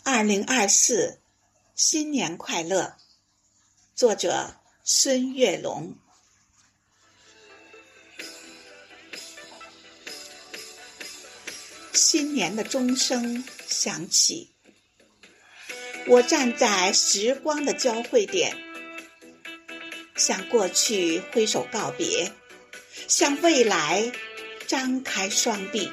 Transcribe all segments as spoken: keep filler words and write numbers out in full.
二零二四新年快乐，作者孙月龙。新年的钟声响起，我站在时光的交汇点，向过去挥手告别，向未来张开双臂。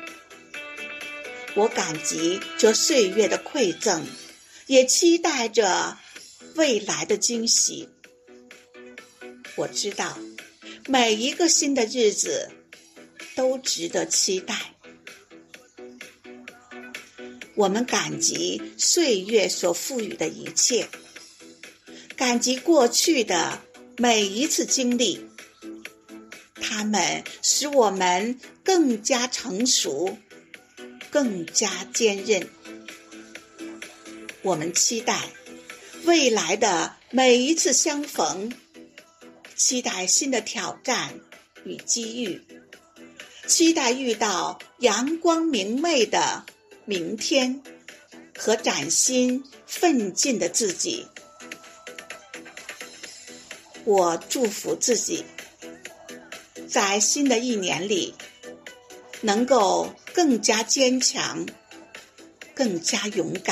我感激这岁月的馈赠，也期待着未来的惊喜。我知道每一个新的日子都值得期待。我们感激岁月所赋予的一切，感激过去的每一次经历，它们使我们更加成熟，更加坚韧。我们期待未来的每一次相逢，期待新的挑战与机遇，期待遇到阳光明媚的明天和崭新奋进的自己。我祝福自己在新的一年里能够更加坚强，更加勇敢。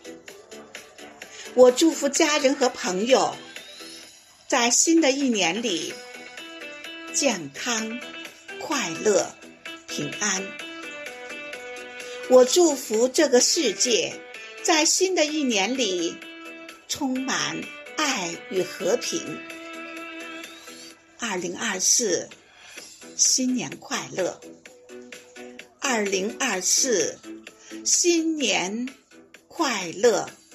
我祝福家人和朋友在新的一年里健康、快乐、平安。我祝福这个世界在新的一年里充满爱与和平。二零二四新年快乐！二零二四新年快乐！